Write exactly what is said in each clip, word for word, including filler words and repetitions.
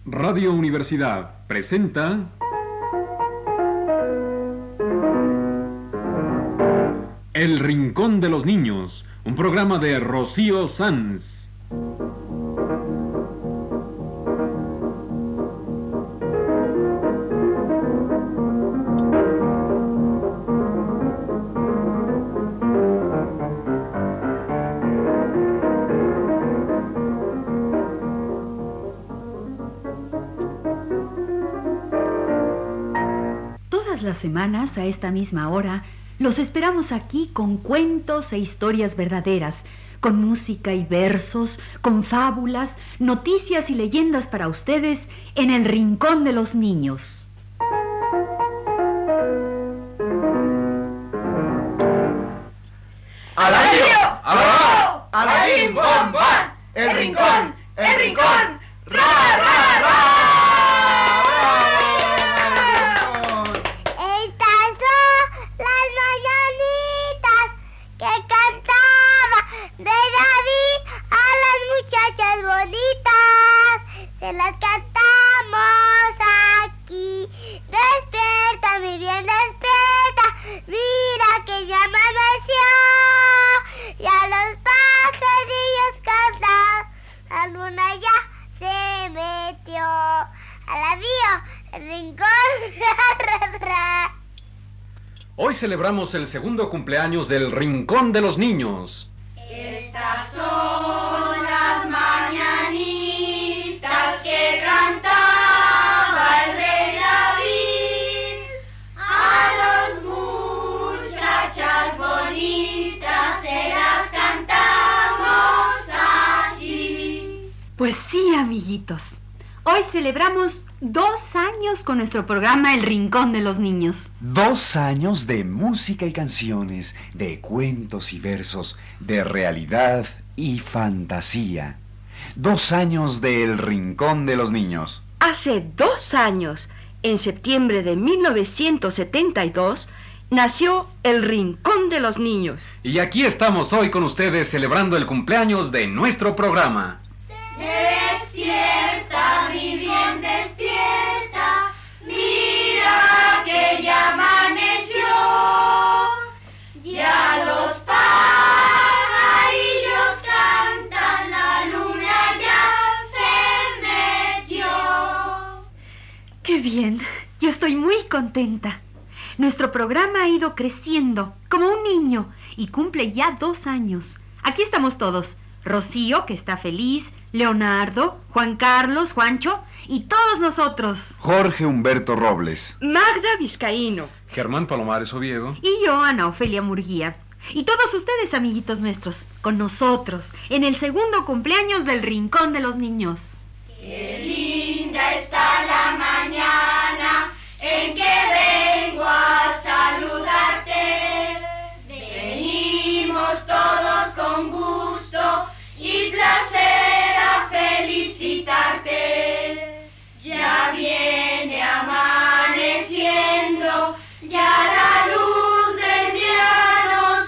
Radio Universidad presenta El Rincón de los Niños, un programa de Rocío Sanz. Las semanas, a esta misma hora, los esperamos aquí con cuentos e historias verdaderas, con música y versos, con fábulas, noticias y leyendas para ustedes en el Rincón de los Niños. ¡Alarido! ¡Alabao! ¡Alabim, bom, bam! ¡El rincón! ¡El rincón! ¡Ra, ra, ra! Se las cantamos aquí. Despierta, mi bien, despierta. Mira que ya amaneció. Ya los pajarillos cantan. La luna ya se metió. Alabío, el rincón. Hoy celebramos el segundo cumpleaños del Rincón de los Niños. Estas son las mañanitas que cantaba el rey David. A las muchachas bonitas se las cantamos así. Pues sí, amiguitos. Hoy celebramos dos años con nuestro programa El Rincón de los Niños. Dos años de música y canciones, de cuentos y versos, de realidad y fantasía. Dos años de El Rincón de los Niños. Hace dos años, en septiembre de mil novecientos setenta y dos, nació El Rincón de los Niños. Y aquí estamos hoy con ustedes celebrando el cumpleaños de nuestro programa. Despierta, mi bien, despierta. Mira que ya amaneció. Ya los pajarillos cantan, la luna ya se metió. ¡Qué bien! Yo estoy muy contenta. Nuestro programa ha ido creciendo como un niño y cumple ya dos años. Aquí estamos todos. Rocío, que está feliz, Leonardo, Juan Carlos, Juancho y todos nosotros. Jorge Humberto Robles. Magda Vizcaíno. Germán Palomares Oviedo. Y yo, Ana Ofelia Murguía. Y todos ustedes, amiguitos nuestros, con nosotros, en el segundo cumpleaños del Rincón de los Niños. Qué linda está la mañana en que vengo a saludarte. Venimos todos con gusto y placer a felicitarte. Ya viene amaneciendo, ya la luz del día nos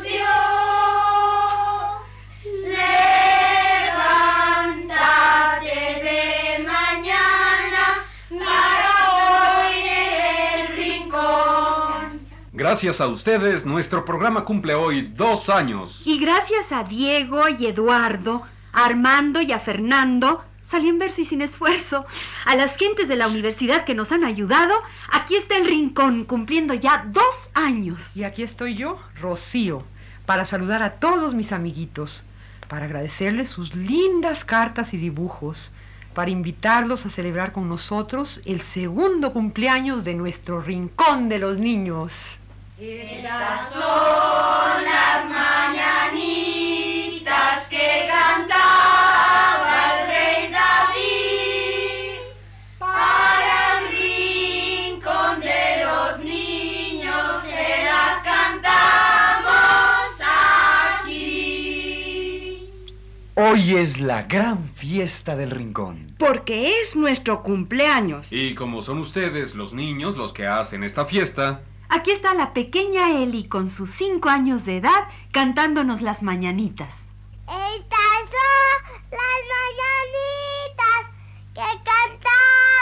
dio. Levántate de mañana para oír el rincón. Gracias a ustedes, nuestro programa cumple hoy dos años. Y gracias a Diego y Eduardo, a Armando y a Fernando, salí en verso y sin esfuerzo, a las gentes de la universidad que nos han ayudado, aquí está el Rincón, cumpliendo ya dos años. Y aquí estoy yo, Rocío, para saludar a todos mis amiguitos, para agradecerles sus lindas cartas y dibujos, para invitarlos a celebrar con nosotros el segundo cumpleaños de nuestro Rincón de los Niños. Estas son las mañanitas que cantaba el rey David. Para el rincón de los niños se las cantamos aquí. Hoy es la gran fiesta del Rincón. Porque es nuestro cumpleaños. Y como son ustedes, los niños, los que hacen esta fiesta, Aquí está la pequeña Eli con sus cinco años de edad cantándonos las mañanitas. Estas son las mañanitas que cantaba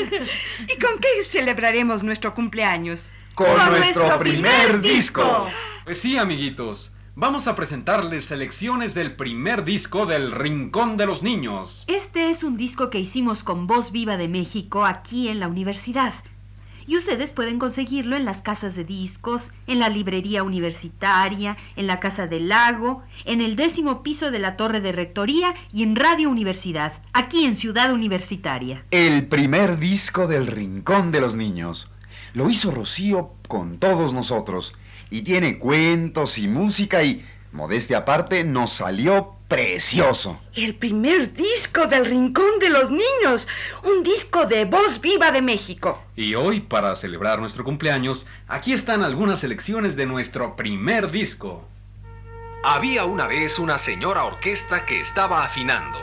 ¿Y con qué celebraremos nuestro cumpleaños? Con, Con nuestro, nuestro primer, primer disco. disco. Pues sí, amiguitos. Vamos a presentarles selecciones del primer disco del Rincón de los Niños. Este es un disco que hicimos con Voz Viva de México aquí en la universidad. Y ustedes pueden conseguirlo en las casas de discos, en la librería universitaria, en la Casa del Lago, en el décimo piso de la Torre de Rectoría y en Radio Universidad, aquí en Ciudad Universitaria. El primer disco del Rincón de los Niños. Lo hizo Rocío con todos nosotros. Y tiene cuentos y música y, modestia aparte, nos salió precioso. El primer disco del Rincón de los Niños. Un disco de Voz Viva de México. Y hoy, para celebrar nuestro cumpleaños, aquí están algunas selecciones de nuestro primer disco. Había una vez una señora orquesta que estaba afinando.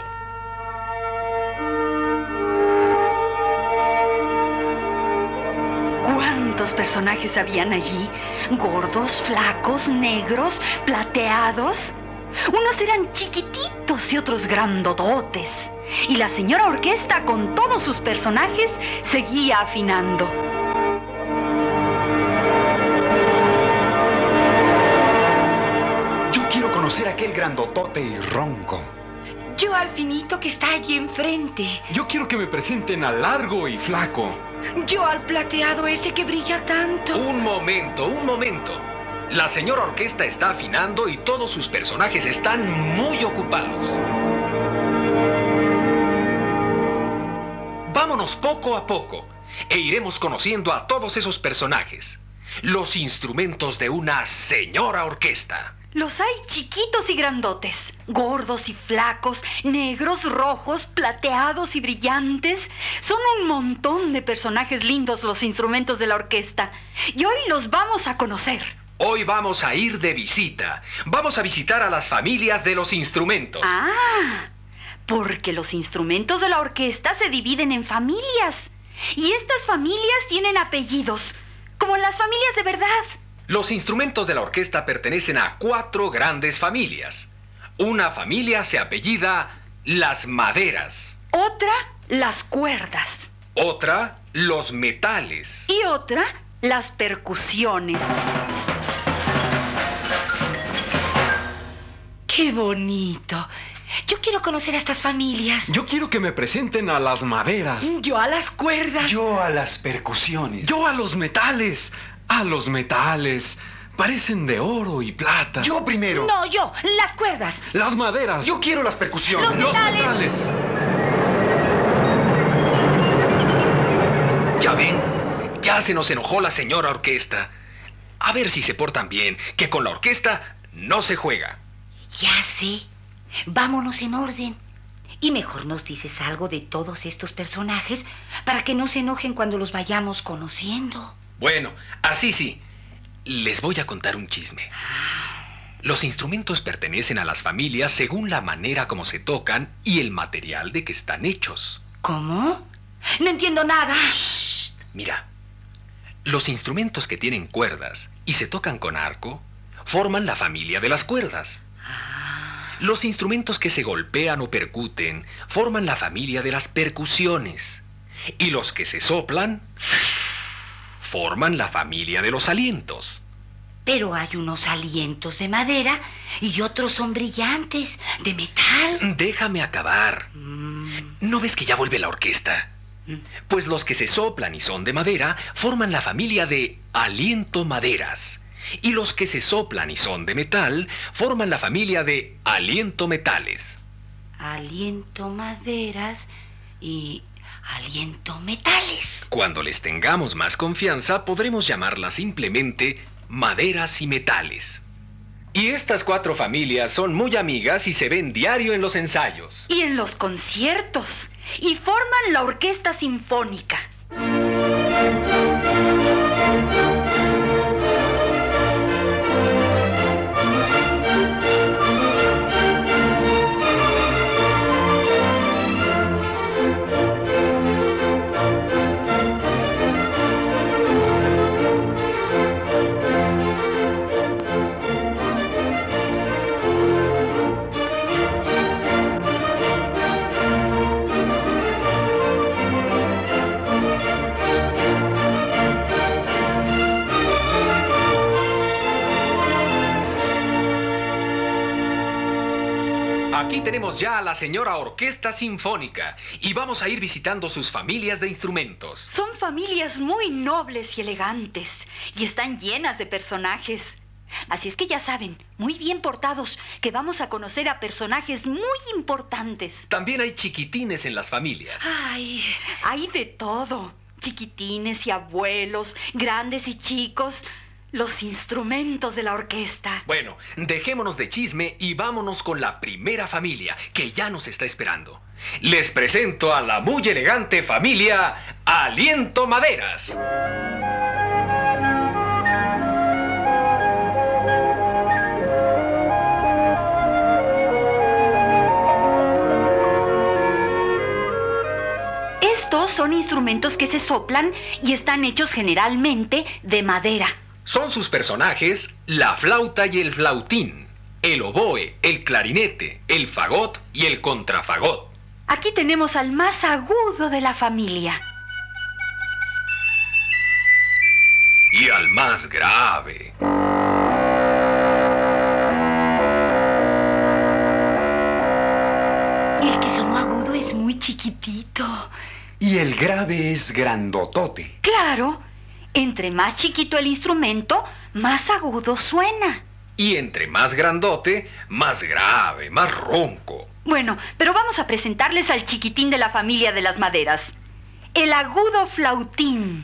¿Cuántos personajes habían allí? Gordos, flacos, negros, plateados. Unos eran chiquititos y otros grandototes. Y la señora orquesta, con todos sus personajes, seguía afinando. Yo quiero conocer a aquel grandotote y ronco. Yo al finito que está allí enfrente. Yo quiero que me presenten al largo y flaco. Yo al plateado ese que brilla tanto. Un momento, un momento. La señora orquesta está afinando y todos sus personajes están muy ocupados. Vámonos poco a poco e iremos conociendo a todos esos personajes. Los instrumentos de una señora orquesta. Los hay chiquitos y grandotes, gordos y flacos, negros, rojos, plateados y brillantes. Son un montón de personajes lindos los instrumentos de la orquesta. Y hoy los vamos a conocer. Hoy vamos a ir de visita. Vamos a visitar a las familias de los instrumentos. Ah, porque los instrumentos de la orquesta se dividen en familias. Y estas familias tienen apellidos, como las familias de verdad. Los instrumentos de la orquesta pertenecen a cuatro grandes familias. Una familia se apellida Las Maderas. Otra, las cuerdas. Otra, los metales. Y otra, las percusiones. ¡Qué bonito! Yo quiero conocer a estas familias. Yo quiero que me presenten a las maderas. Yo a las cuerdas. Yo a las percusiones. Yo a los metales. A los metales. Parecen de oro y plata. Yo primero. No, yo, las cuerdas. Las maderas. Yo quiero las percusiones. Los Los metales. metales. Ya ven, ya se nos enojó la señora orquesta. A ver si se portan bien, que con la orquesta no se juega. Ya sé. Vámonos en orden. Y mejor nos dices algo de todos estos personajes para que no se enojen cuando los vayamos conociendo. Bueno, así sí. Les voy a contar un chisme. Los instrumentos pertenecen a las familias según la manera como se tocan y el material de que están hechos. ¿Cómo? No entiendo nada. Shh, mira, los instrumentos que tienen cuerdas y se tocan con arco forman la familia de las cuerdas. Los instrumentos que se golpean o percuten forman la familia de las percusiones. Y los que se soplan forman la familia de los alientos. Pero hay unos alientos de madera y otros son brillantes, de metal. Déjame acabar. Mm. ¿No ves que ya vuelve la orquesta? Pues los que se soplan y son de madera forman la familia de aliento maderas. Y los que se soplan y son de metal forman la familia de aliento metales. Aliento maderas y aliento metales. Cuando les tengamos más confianza, podremos llamarlas simplemente maderas y metales. Y estas cuatro familias son muy amigas y se ven diario en los ensayos. Y en los conciertos. Y forman la orquesta sinfónica. Aquí tenemos ya a la señora Orquesta Sinfónica y vamos a ir visitando sus familias de instrumentos. Son familias muy nobles y elegantes y están llenas de personajes. Así es que ya saben, muy bien portados, que vamos a conocer a personajes muy importantes. También hay chiquitines en las familias. Ay, hay de todo. Chiquitines y abuelos, grandes y chicos, los instrumentos de la orquesta. Bueno, dejémonos de chisme y vámonos con la primera familia, que ya nos está esperando. Les presento a la muy elegante familia Aliento Maderas. Estos son instrumentos que se soplan y están hechos generalmente de madera. Son sus personajes la flauta y el flautín, el oboe, el clarinete, el fagot y el contrafagot. Aquí tenemos al más agudo de la familia. Y al más grave. El que sonó agudo es muy chiquitito. Y el grave es grandotote. Claro, entre más chiquito el instrumento, más agudo suena. Y entre más grandote, más grave, más ronco. Bueno, pero vamos a presentarles al chiquitín de la familia de las maderas. El agudo flautín.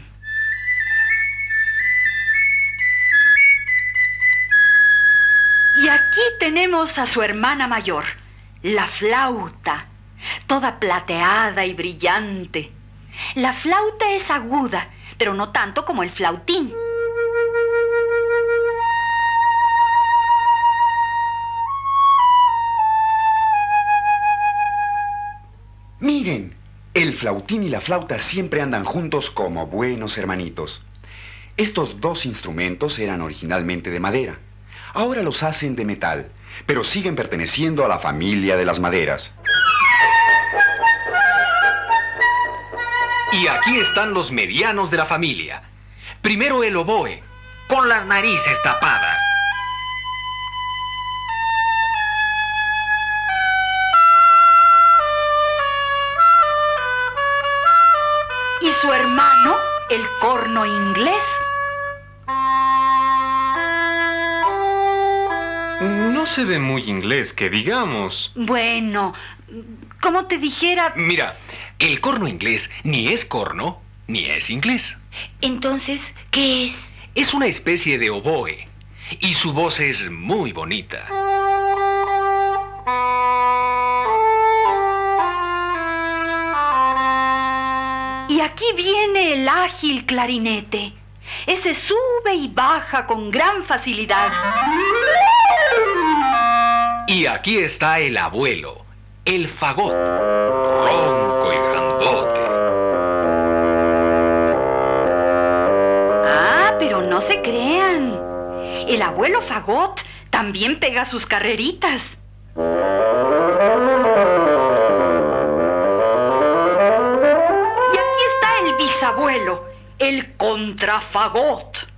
Y aquí tenemos a su hermana mayor, la flauta, toda plateada y brillante. La flauta es aguda, pero no tanto como el flautín. Miren, el flautín y la flauta siempre andan juntos como buenos hermanitos. Estos dos instrumentos eran originalmente de madera. Ahora los hacen de metal, pero siguen perteneciendo a la familia de las maderas. Y aquí están los medianos de la familia. Primero el oboe, con las narices tapadas. Y su hermano, el corno inglés. No se ve muy inglés, que digamos. Bueno, como te dijera... Mira, el corno inglés ni es corno, ni es inglés. Entonces, ¿qué es? Es una especie de oboe, y su voz es muy bonita. Y aquí viene el ágil clarinete. Ese sube y baja con gran facilidad. Y aquí está el abuelo, el fagot, ronco y grandote. Ah, pero no se crean. El abuelo fagot también pega sus carreritas. Y aquí está el bisabuelo, el contrafagot.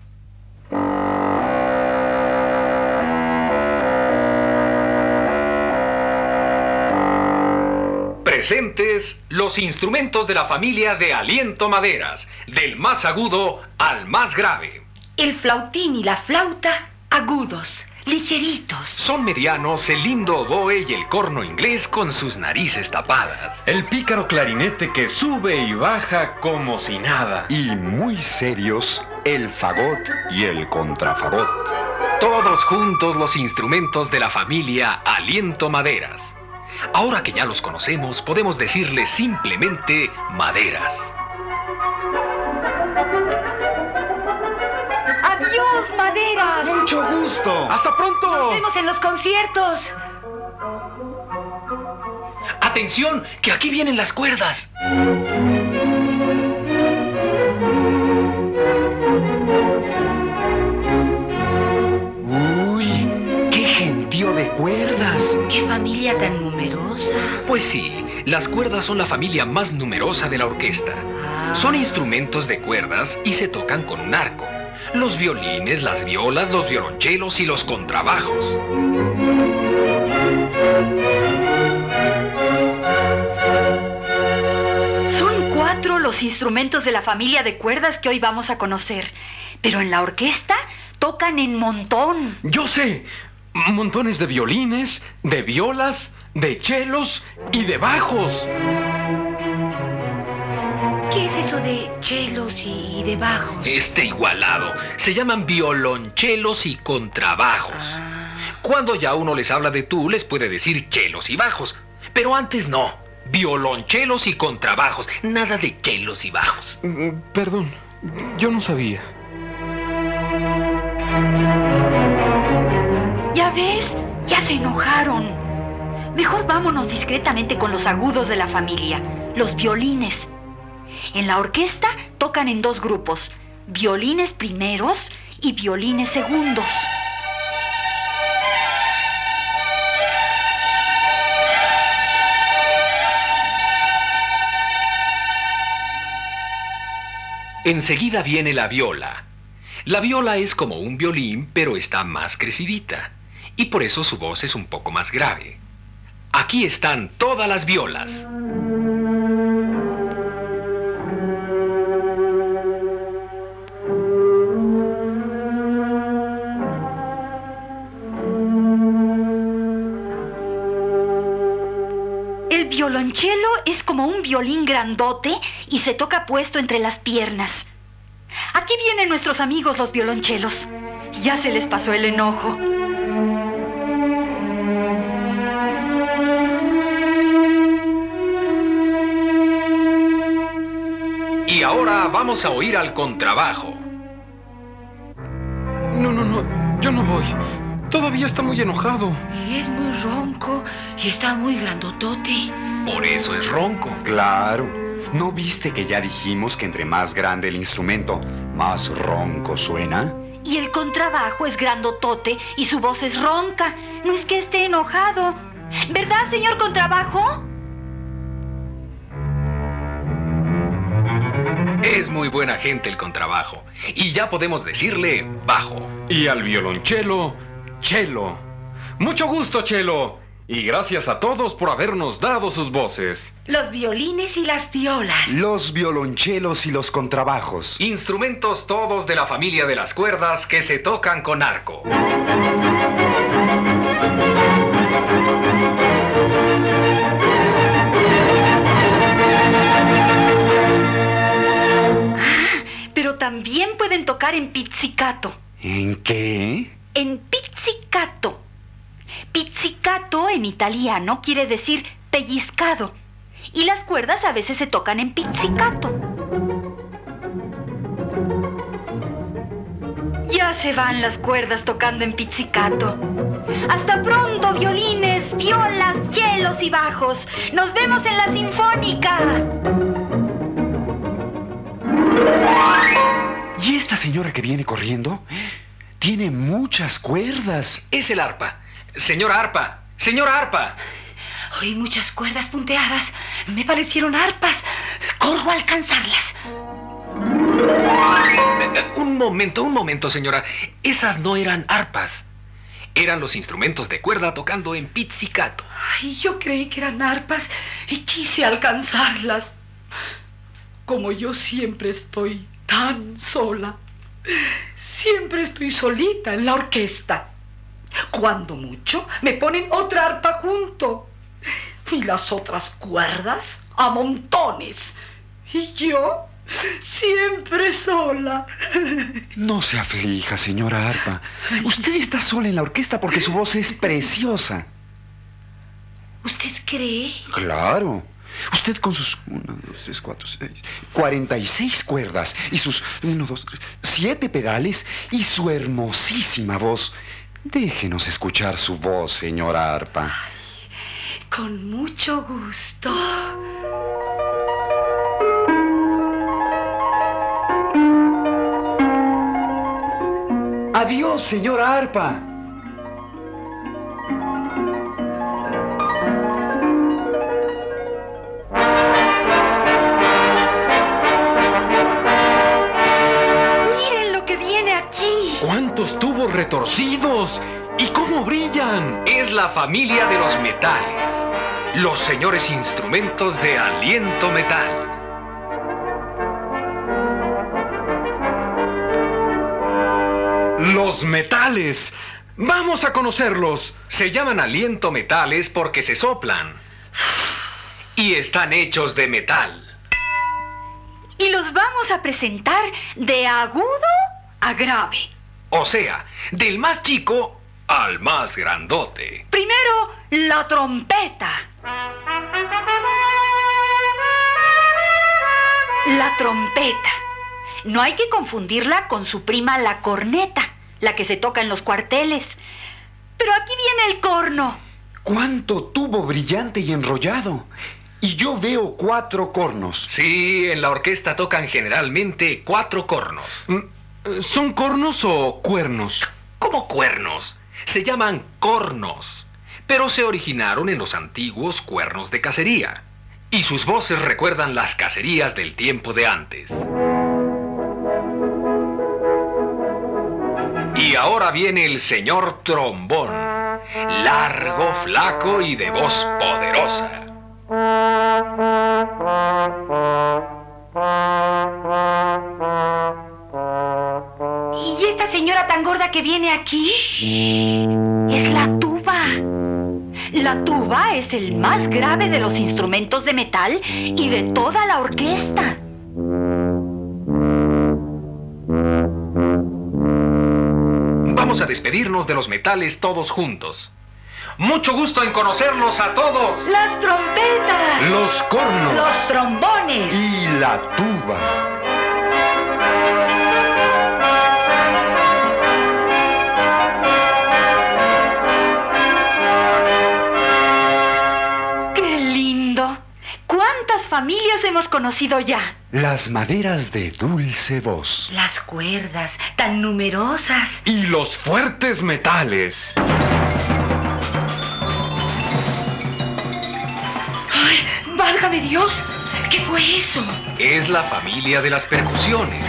Presentes los instrumentos de la familia de Aliento Maderas, del más agudo al más grave. El flautín y la flauta, agudos, ligeritos. Son medianos el lindo oboe y el corno inglés con sus narices tapadas. El pícaro clarinete que sube y baja como si nada. Y muy serios, el fagot y el contrafagot. Todos juntos los instrumentos de la familia Aliento Maderas. Ahora que ya los conocemos, podemos decirles simplemente maderas. ¡Adiós, maderas! ¡Mucho gusto! ¡Hasta pronto! Nos vemos en los conciertos. ¡Atención! ¡Que aquí vienen las cuerdas! ¡Uy! ¡Qué gentío de cuerdas! ¡Qué familia tan numerosa! Pues sí, las cuerdas son la familia más numerosa de la orquesta. Son instrumentos de cuerdas y se tocan con un arco. Los violines, las violas, los violonchelos y los contrabajos. Son cuatro los instrumentos de la familia de cuerdas que hoy vamos a conocer. Pero en la orquesta tocan en montón. Yo sé. Montones de violines, de violas, de chelos y de bajos. ¿Qué es eso de chelos y de bajos? Este igualado. Se llaman violonchelos y contrabajos. Ah. Cuando ya uno les habla de tú, les puede decir chelos y bajos. Pero antes no. Violonchelos y contrabajos. Nada de chelos y bajos. Mm, Perdón, yo no sabía. ¿Ya ves? Ya se enojaron. Mejor vámonos discretamente con los agudos de la familia, los violines. En la orquesta tocan en dos grupos, violines primeros y violines segundos. Enseguida viene la viola. La viola es como un violín, pero está más crecidita. Y por eso su voz es un poco más grave. Aquí están todas las violas. El violonchelo es como un violín grandote y se toca puesto entre las piernas. Aquí vienen nuestros amigos los violonchelos. Ya se les pasó el enojo. Y ahora vamos a oír al contrabajo. No, no, no, yo no voy. Todavía está muy enojado. Y es muy ronco y está muy grandotote. Por eso es ronco. Claro. ¿No viste que ya dijimos que entre más grande el instrumento, más ronco suena? Y el contrabajo es grandotote y su voz es ronca. No es que esté enojado. ¿Verdad, señor contrabajo? Es muy buena gente el contrabajo. Y ya podemos decirle bajo. Y al violonchelo, chelo. Mucho gusto, chelo. Y gracias a todos por habernos dado sus voces. Los violines y las violas. Los violonchelos y los contrabajos. Instrumentos todos de la familia de las cuerdas que se tocan con arco. Pero también pueden tocar en pizzicato. ¿En qué? En pizzicato. Pizzicato en italiano quiere decir pellizcado. Y las cuerdas a veces se tocan en pizzicato. Ya se van las cuerdas tocando en pizzicato. Hasta pronto, violines, violas, chelos y bajos. Nos vemos en la sinfónica. ¿Y esta señora que viene corriendo? Tiene muchas cuerdas. Es el arpa. Señora arpa. Señora arpa. Oí muchas cuerdas punteadas. Me parecieron arpas. Corro a alcanzarlas. Un momento, un momento, señora. Esas no eran arpas. Eran los instrumentos de cuerda tocando en pizzicato. Ay, yo creí que eran arpas y quise alcanzarlas. Como yo siempre estoy tan sola. Siempre estoy solita en la orquesta. Cuando mucho, me ponen otra arpa junto. Y las otras cuerdas a montones. Y yo siempre sola. No se aflija, señora arpa. Usted está sola en la orquesta porque su voz es preciosa. ¿Usted cree? Claro. Usted con sus uno, dos, tres, cuatro, seis, cuarenta y seis cuerdas y sus uno, dos, tres, siete pedales y su hermosísima voz. Déjenos escuchar su voz, señora arpa. Ay, con mucho gusto. Adiós, señora arpa. cuántos tubos retorcidos! ¿Y cómo brillan? Es la familia de los metales. Los señores instrumentos de aliento metal. ¡Los metales! ¡Vamos a conocerlos! Se llaman aliento metales porque se soplan. Y están hechos de metal. Y los vamos a presentar de agudo a grave. O sea, del más chico al más grandote. Primero, la trompeta. La trompeta. No hay que confundirla con su prima la corneta, la que se toca en los cuarteles. Pero aquí viene el corno. ¡Cuánto tubo brillante y enrollado! Y yo veo cuatro cornos. Sí, en la orquesta tocan generalmente cuatro cornos. ¿Son cornos o cuernos? ¿Cómo cuernos? Se llaman cornos, pero se originaron en los antiguos cuernos de cacería. Y sus voces recuerdan las cacerías del tiempo de antes. Y ahora viene el señor trombón, largo, flaco y de voz poderosa. ¿Y esta señora tan gorda que viene aquí? Es la tuba. La tuba es el más grave de los instrumentos de metal y de toda la orquesta. Vamos a despedirnos de los metales todos juntos. Mucho gusto en conocerlos a todos. Las trompetas. Los cornos. Los trombones. Y la tuba. ¡Qué lindo! ¿Cuántas familias hemos conocido ya? Las maderas de dulce voz. Las cuerdas, tan numerosas. Y los fuertes metales. ¡Ay, válgame Dios! ¿Qué fue eso? Es la familia de las percusiones.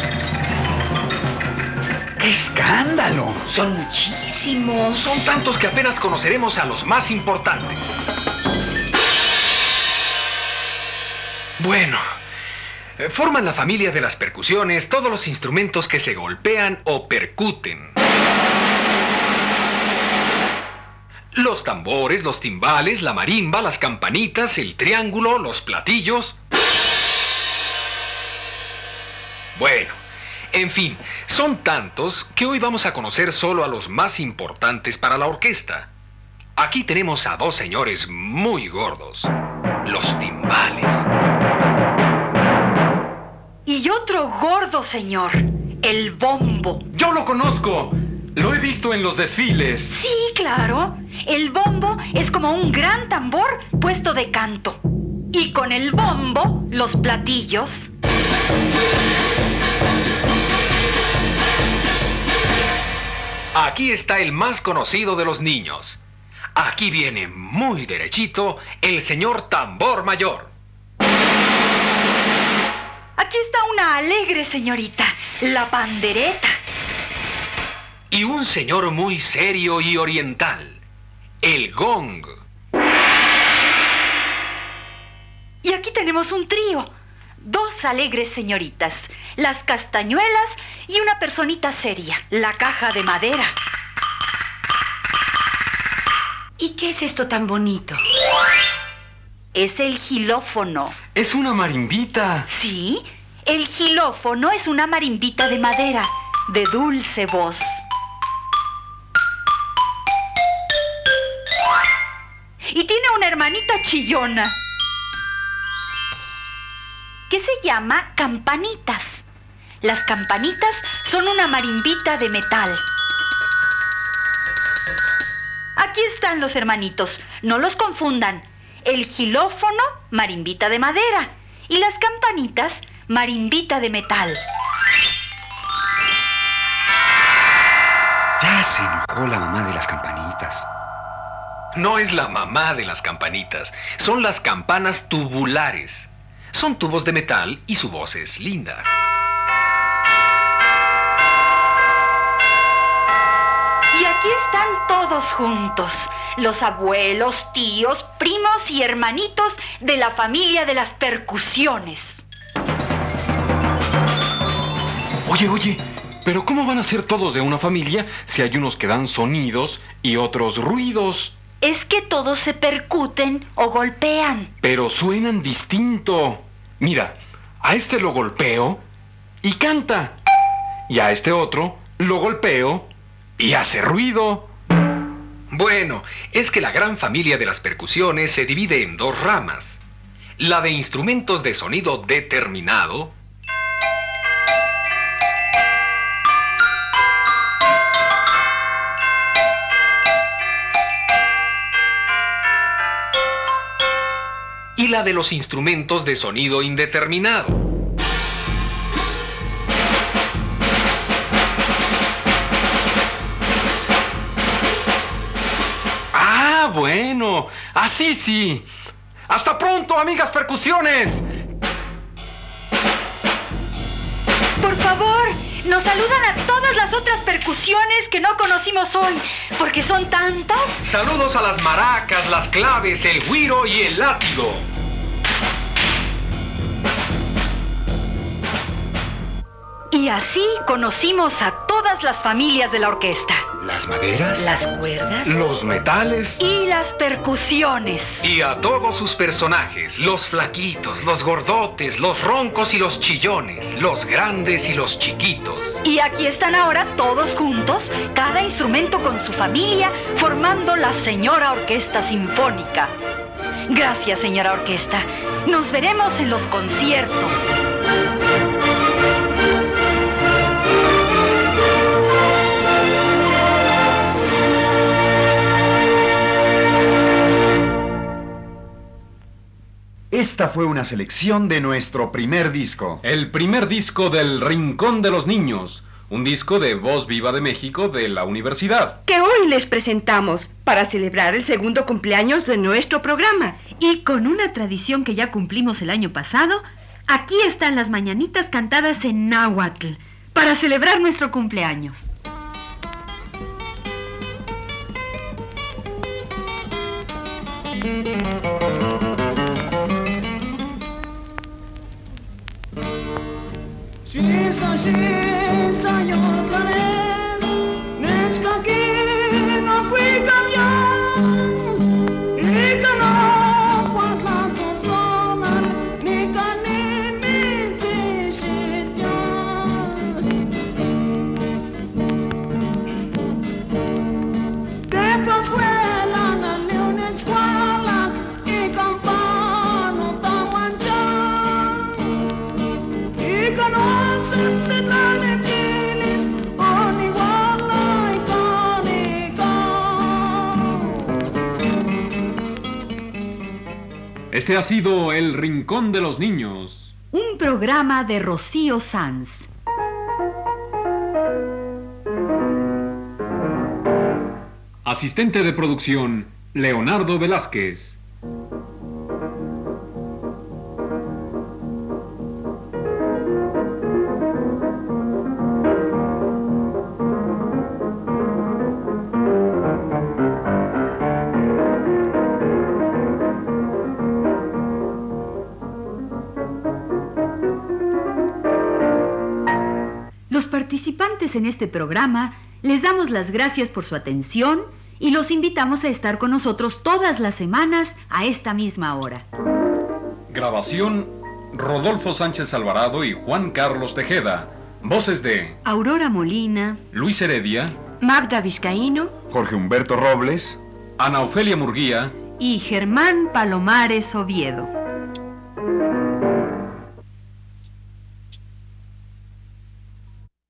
¡Qué escándalo! Son muchísimos. Son tantos que apenas conoceremos a los más importantes. Bueno, eh, forman la familia de las percusiones todos los instrumentos que se golpean o percuten. Los tambores, los timbales, la marimba, las campanitas, el triángulo, los platillos. Bueno, en fin, son tantos que hoy vamos a conocer solo a los más importantes para la orquesta. Aquí tenemos a dos señores muy gordos, los timbales. Y otro gordo señor, el bombo. ¡Yo lo conozco! Lo he visto en los desfiles. Sí, claro. El bombo es como un gran tambor puesto de canto. Y con el bombo, los platillos. Aquí está el más conocido de los niños. Aquí viene muy derechito el señor tambor mayor. Aquí está una alegre señorita, la pandereta. Y un señor muy serio y oriental, el gong. Y aquí tenemos un trío, dos alegres señoritas, las castañuelas y una personita seria, la caja de madera. ¿Y qué es esto tan bonito? Es el xilófono. Es una marimbita. Sí, el xilófono es una marimbita de madera, de dulce voz. Y tiene una hermanita chillona que se llama campanitas. Las campanitas son una marimbita de metal. Aquí están los hermanitos, no los confundan. El xilófono, marimbita de madera, y las campanitas, marimbita de metal. Ya se enojó la mamá de las campanitas. No es la mamá de las campanitas, son las campanas tubulares. Son tubos de metal y su voz es linda. Aquí están todos juntos, los abuelos, tíos, primos y hermanitos de la familia de las percusiones. Oye, oye, pero ¿cómo van a ser todos de una familia si hay unos que dan sonidos y otros ruidos? Es que todos se percuten o golpean. Pero suenan distinto. Mira, a este lo golpeo y canta. Y a este otro lo golpeo y hace ruido. Bueno, es que la gran familia de las percusiones se divide en dos ramas. La de instrumentos de sonido determinado y la de los instrumentos de sonido indeterminado. Ah, bueno, así sí. ¡Hasta pronto, amigas percusiones! Por favor, nos saludan a todas las otras percusiones que no conocimos hoy, porque son tantas. Saludos a las maracas, las claves, el güiro y el látigo. Y así conocimos a todas las familias de la orquesta. ¿Las maderas? Las cuerdas. Los metales. Y las percusiones. Y a todos sus personajes, los flaquitos, los gordotes, los roncos y los chillones, los grandes y los chiquitos. Y aquí están ahora todos juntos, cada instrumento con su familia, formando la Señora Orquesta Sinfónica. Gracias, señora Orquesta. Nos veremos en los conciertos. Esta fue una selección de nuestro primer disco. El primer disco del Rincón de los Niños. Un disco de Voz Viva de México de la universidad. Que hoy les presentamos para celebrar el segundo cumpleaños de nuestro programa. Y con una tradición que ya cumplimos el año pasado, aquí están las mañanitas cantadas en náhuatl para celebrar nuestro cumpleaños. Shisa, shisa, yo planes, nechka ki no kwikam yang, ika no kwatlan tsotsonan, nika ni minchi shityan. De pascuela na leone chwala, ika mpano tawanchan, ika no Este ha sido El Rincón de los Niños. Un programa de Rocío Sanz. Asistente de producción, Leonardo Velázquez. Los participantes en este programa les damos las gracias por su atención y los invitamos a estar con nosotros todas las semanas a esta misma hora. Grabación, Rodolfo Sánchez Alvarado y Juan Carlos Tejeda. Voces de Aurora Molina, Luis Heredia, Magda Vizcaíno, Jorge Humberto Robles, Ana Ofelia Murguía y Germán Palomares Oviedo.